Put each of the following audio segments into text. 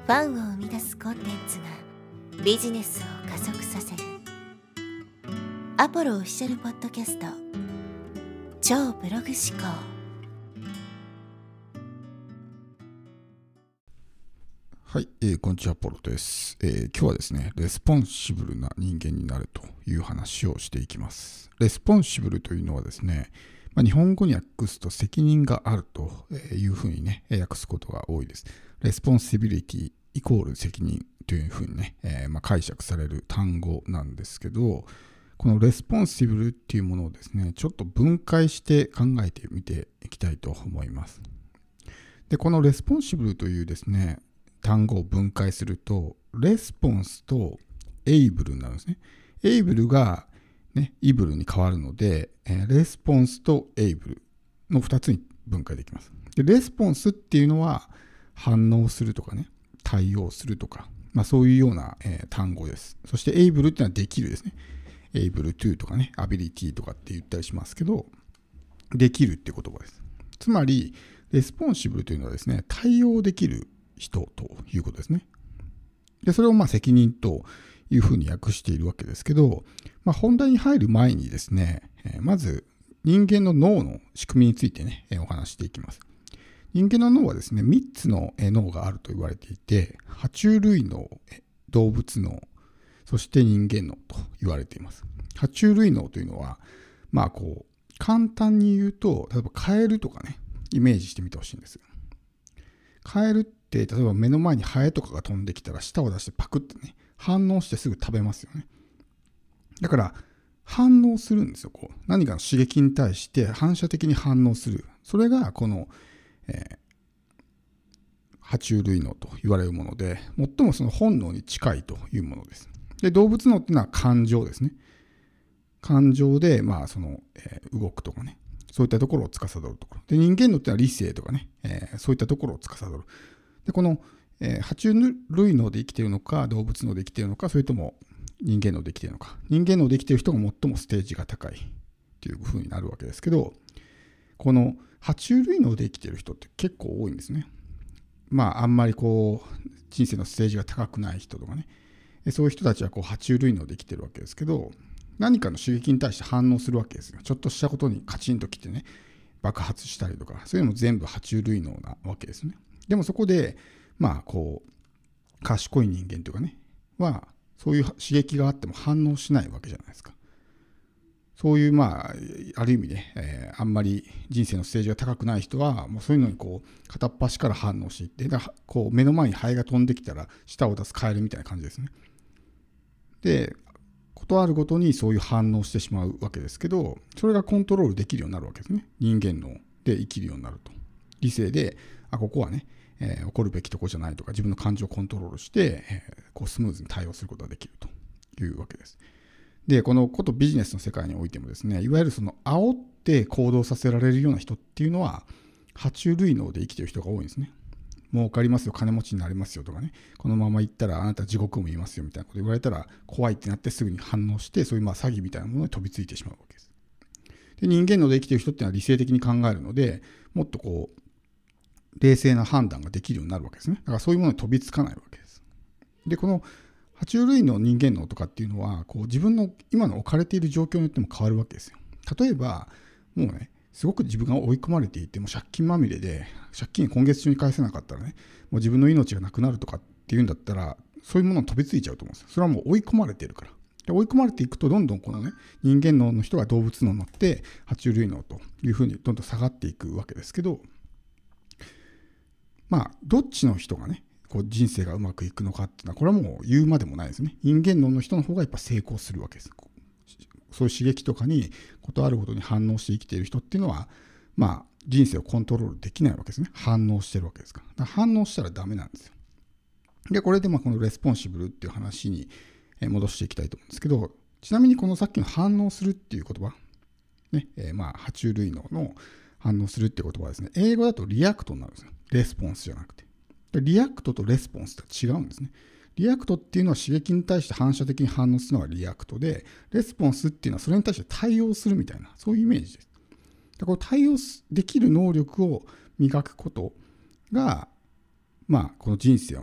ファンを生み出すコンテンツがビジネスを加速させるアポロオフィシャルポッドキャスト超ブログ思考。 はい、こんにちは、ポロです。今日はですね、レスポンシブルな人間になるという話をしていきます。レスポンシブルというのはですね、日本語に訳すと責任があるというふうにね、訳すことが多いです。レスポンシビリティイコール責任というふうにね、解釈される単語なんですけど、このレスポンシブルっていうものをですね、ちょっと分解して考えてみていきたいと思います。で、このレスポンシブルというですね、単語を分解すると、レスポンスとエイブルになるんですね。エイブルが、イブルに変わるので、レスポンスとエイブルの2つに分解できます。で、レスポンスっていうのは反応するとかね、対応するとか、そういうような、単語です。そしてエイブルっていうのはできるですね。able to とかね、ability とかって言ったりしますけど、できるっていう言葉です。つまり、レスポンシブルというのはですね、対応できる人ということですね。で、それを責任というふうに訳しているわけですけど、本題に入る前にですね、まず人間の脳の仕組みについてね、お話していきます。人間の脳はですね、3つの脳があると言われていて、爬虫類脳、動物脳、そして人間脳と言われています。爬虫類脳というのは、簡単に言うと、例えばカエルとかね、イメージしてみてほしいんです。カエルって、例えば目の前にハエとかが飛んできたら舌を出してパクってね、反応してすぐ食べますよね。だから反応するんですよ。何かの刺激に対して反射的に反応する。それがこの、爬虫類脳と言われるもので、最もその本能に近いというものです。で、動物脳っていうのは感情ですね。感情で、動くとかね、そういったところを司るところ。で、人間脳っていうのは理性とかね、そういったところを司る。で、この、爬虫類脳で生きているのか、動物脳で生きているのか、それとも人間脳で生きているのか。人間脳で生きている人が最もステージが高いというふうになるわけですけど、この爬虫類脳で生きている人って結構多いんですね。あんまり人生のステージが高くない人とかね、そういう人たちは爬虫類脳で生きてるわけですけど、何かの刺激に対して反応するわけですよ。ちょっとしたことにカチンときてね、爆発したりとか、そういうのも全部爬虫類脳なわけですね。でもそこで、賢い人間というかね、そういう刺激があっても反応しないわけじゃないですか。そういう、ある意味で、あんまり人生のステージが高くない人は、もうそういうのに片っ端から反応していって、目の前にハエが飛んできたら舌を出すカエルみたいな感じですね。で、ことあるごとにそういう反応してしまうわけですけど、それがコントロールできるようになるわけですね。人間脳で生きるようになると。理性で、ここはね、怒るべきとこじゃないとか、自分の感情をコントロールして、スムーズに対応することができるというわけです。で、このことビジネスの世界においてもですね、いわゆるその煽って行動させられるような人っていうのは、爬虫類脳で生きている人が多いんですね。儲かりますよ、金持ちになりますよとかね、このまま行ったらあなた地獄も見ますよみたいなこと言われたら怖いってなってすぐに反応して、そういう詐欺みたいなものに飛びついてしまうわけです。で、人間脳で生きている人っていうのは理性的に考えるので、もっと冷静な判断ができるようになるわけですね。だからそういうものに飛びつかないわけです。で、この爬虫類の人間脳とかっていうのは、自分の今の置かれている状況によっても変わるわけですよ。例えば、もうね、すごく自分が追い込まれていて、も借金まみれで、借金今月中に返せなかったらね、もう自分の命がなくなるとかっていうんだったら、そういうものに飛びついちゃうと思うんですよ。それはもう追い込まれているから。で、追い込まれていくと、どんどんこのね、人間脳の人が動物脳になって、爬虫類脳というふうにどんどん下がっていくわけですけど、どっちの人がね、人生がうまくいくのかっていうのは、これはもう言うまでもないですね。人間脳の人の方がやっぱ成功するわけです。そういう刺激とかにことあるごとに反応して生きている人っていうのは、人生をコントロールできないわけですね。反応してるわけですから。だから反応したらダメなんですよ。で、これでこのレスポンシブルっていう話に戻していきたいと思うんですけど、ちなみにこのさっきの反応するっていう言葉、ね、爬虫類脳の反応するっていう言葉はですね、英語だとリアクトになるんですよ。レスポンスじゃなくて。リアクトとレスポンスって違うんですね。リアクトっていうのは刺激に対して反射的に反応するのがリアクトで、レスポンスっていうのはそれに対して対応するみたいな、そういうイメージです。この対応できる能力を磨くことが、この人生をね、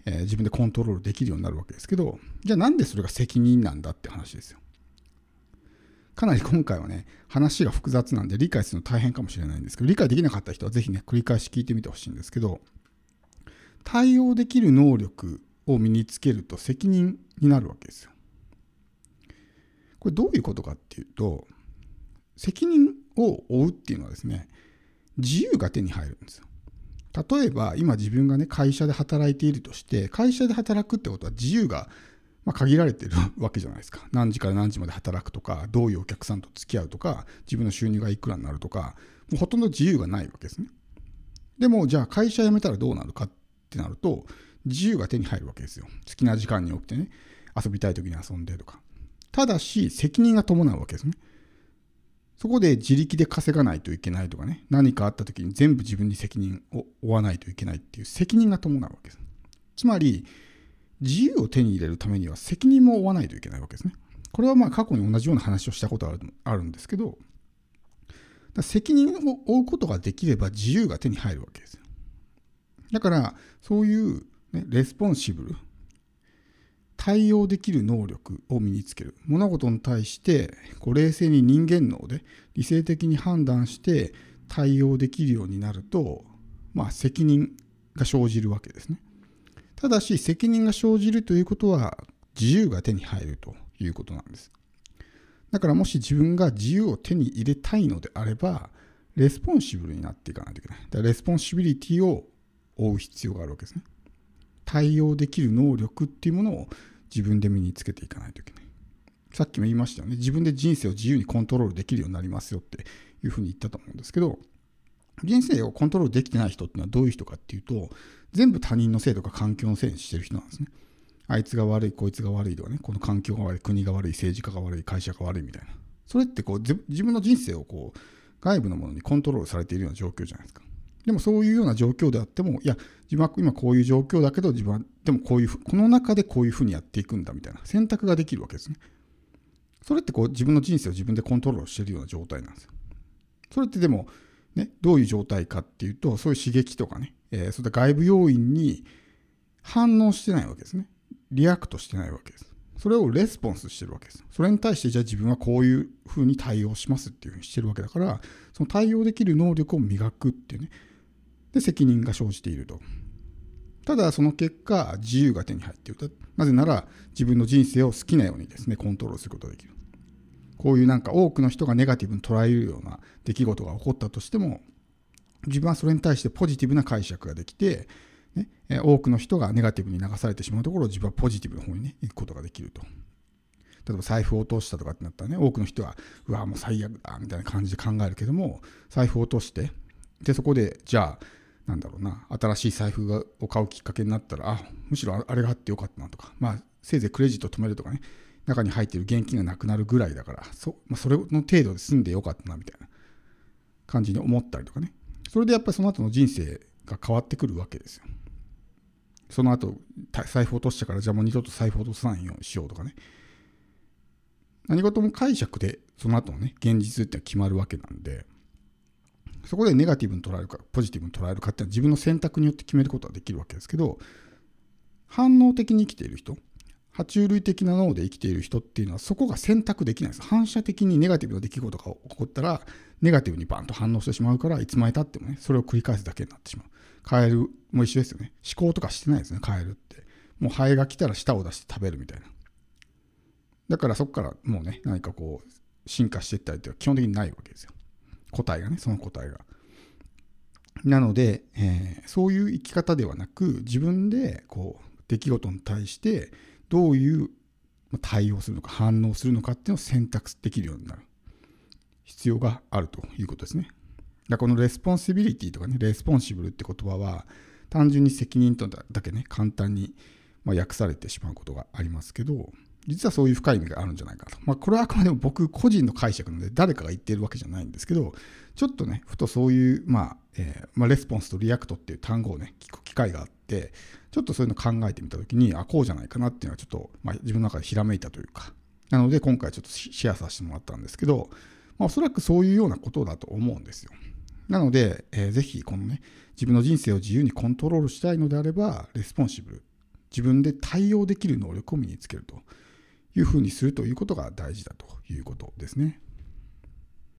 自分でコントロールできるようになるわけですけど、じゃあなんでそれが責任なんだって話ですよ。かなり今回はね、話が複雑なんで理解するの大変かもしれないんですけど、理解できなかった人はぜひね、繰り返し聞いてみてほしいんですけど、対応できる能力を身につけると責任になるわけですよ。これどういうことかっていうと、責任を負うっていうのはですね、自由が手に入るんですよ。例えば今自分がね、会社で働いているとして、会社で働くってことは自由が限られているわけじゃないですか。何時から何時まで働くとか、どういうお客さんと付き合うとか、自分の収入がいくらになるとか、もうほとんど自由がないわけですね。でもじゃあ会社辞めたらどうなるかってなると、自由が手に入るわけですよ。好きな時間に起きてね、遊びたい時に遊んでとか。ただし責任が伴うわけですね。そこで自力で稼がないといけないとかね、何かあった時に全部自分に責任を負わないといけないっていう責任が伴うわけです。つまり自由を手に入れるためには責任も負わないといけないわけですね。これは過去に同じような話をしたことがあるんですけど、責任を負うことができれば自由が手に入るわけですよ。だからそういう、レスポンシブル、対応できる能力を身につける。物事に対して冷静に人間脳で理性的に判断して対応できるようになると、責任が生じるわけですね。ただし責任が生じるということは自由が手に入るということなんです。だからもし自分が自由を手に入れたいのであれば、レスポンシブルになっていかないといけない。だからレスポンシビリティを負う必要があるわけですね。対応できる能力っていうものを自分で身につけていかないといけない。さっきも言いましたよね。自分で人生を自由にコントロールできるようになりますよっていうふうに言ったと思うんですけど、人生をコントロールできてない人っていうのはどういう人かっていうと、全部他人のせいとか環境のせいにしてる人なんですね。あいつが悪い、こいつが悪いとかね、この環境が悪い、国が悪い、政治家が悪い、会社が悪いみたいな。それって自分の人生を外部のものにコントロールされているような状況じゃないですか。でもそういうような状況であっても、いや、自分は今こういう状況だけど、自分はでもこの中でこういうふうにやっていくんだみたいな選択ができるわけですね。それって自分の人生を自分でコントロールしているような状態なんですよ。それってでも、どういう状態かっていうと、そういう刺激とかね、そういった外部要因に反応してないわけですね。リアクトしてないわけです。それをレスポンスしてるわけです。それに対してじゃあ自分はこういうふうに対応しますっていうふうにしてるわけだから、その対応できる能力を磨くっていうね。で、責任が生じていると。ただその結果、自由が手に入っている。なぜなら自分の人生を好きなようにですね、コントロールすることができる。こういう多くの人がネガティブに捉えるような出来事が起こったとしても、自分はそれに対してポジティブな解釈ができて、多くの人がネガティブに流されてしまうところを自分はポジティブの方に行くことができると。例えば財布を落としたとかってなったら多くの人はうわもう最悪だみたいな感じで考えるけども、財布を落としてでそこでじゃあ新しい財布を買うきっかけになったら、むしろあれがあってよかったなとか、せいぜいクレジット止めるとかね、中に入っている現金がなくなるぐらいだから、それの程度で済んでよかったなみたいな感じに思ったりとかね。それでやっぱりその後の人生が変わってくるわけですよ。その後財布落としたからじゃあもう二度と財布落とさないようにしようとかね。何事も解釈でその後のね現実って決まるわけなんで、そこでネガティブに捉えるかポジティブに捉えるかっていうのは自分の選択によって決めることができるわけですけど、反応的に生きている人、爬虫類的な脳で生きている人っていうのはそこが選択できないです。反射的にネガティブな出来事が起こったらネガティブにバンと反応してしまうから、いつまで経ってもねそれを繰り返すだけになってしまう。カエルも一緒ですよね。思考とかしてないですね。カエルってもうハエが来たら舌を出して食べるみたいな。だからそこからもうね何か進化していったりって基本的にないわけですよ。答えがね、その答えが。なので、そういう生き方ではなく、自分で出来事に対してどういう対応するのか反応するのかっていうのを選択できるようになる必要があるということですね。だからこのレスポンシビリティとかね、レスポンシブルって言葉は単純に責任とだけね簡単に訳されてしまうことがありますけど、実はそういう深い意味があるんじゃないかと。これはあくまでも僕個人の解釈なので誰かが言っているわけじゃないんですけど、ちょっとねふとそういうレスポンスとリアクトっていう単語をね聞く機会があって、ちょっとそういうのを考えてみたときにこうじゃないかなっていうのはちょっと、自分の中でひらめいたというか、なので今回ちょっとシェアさせてもらったんですけど、おそらくそういうようなことだと思うんですよ。なので、ぜひこのね自分の人生を自由にコントロールしたいのであればレスポンシブル自分で対応できる能力を身につけるというふうにするということが大事だということですね。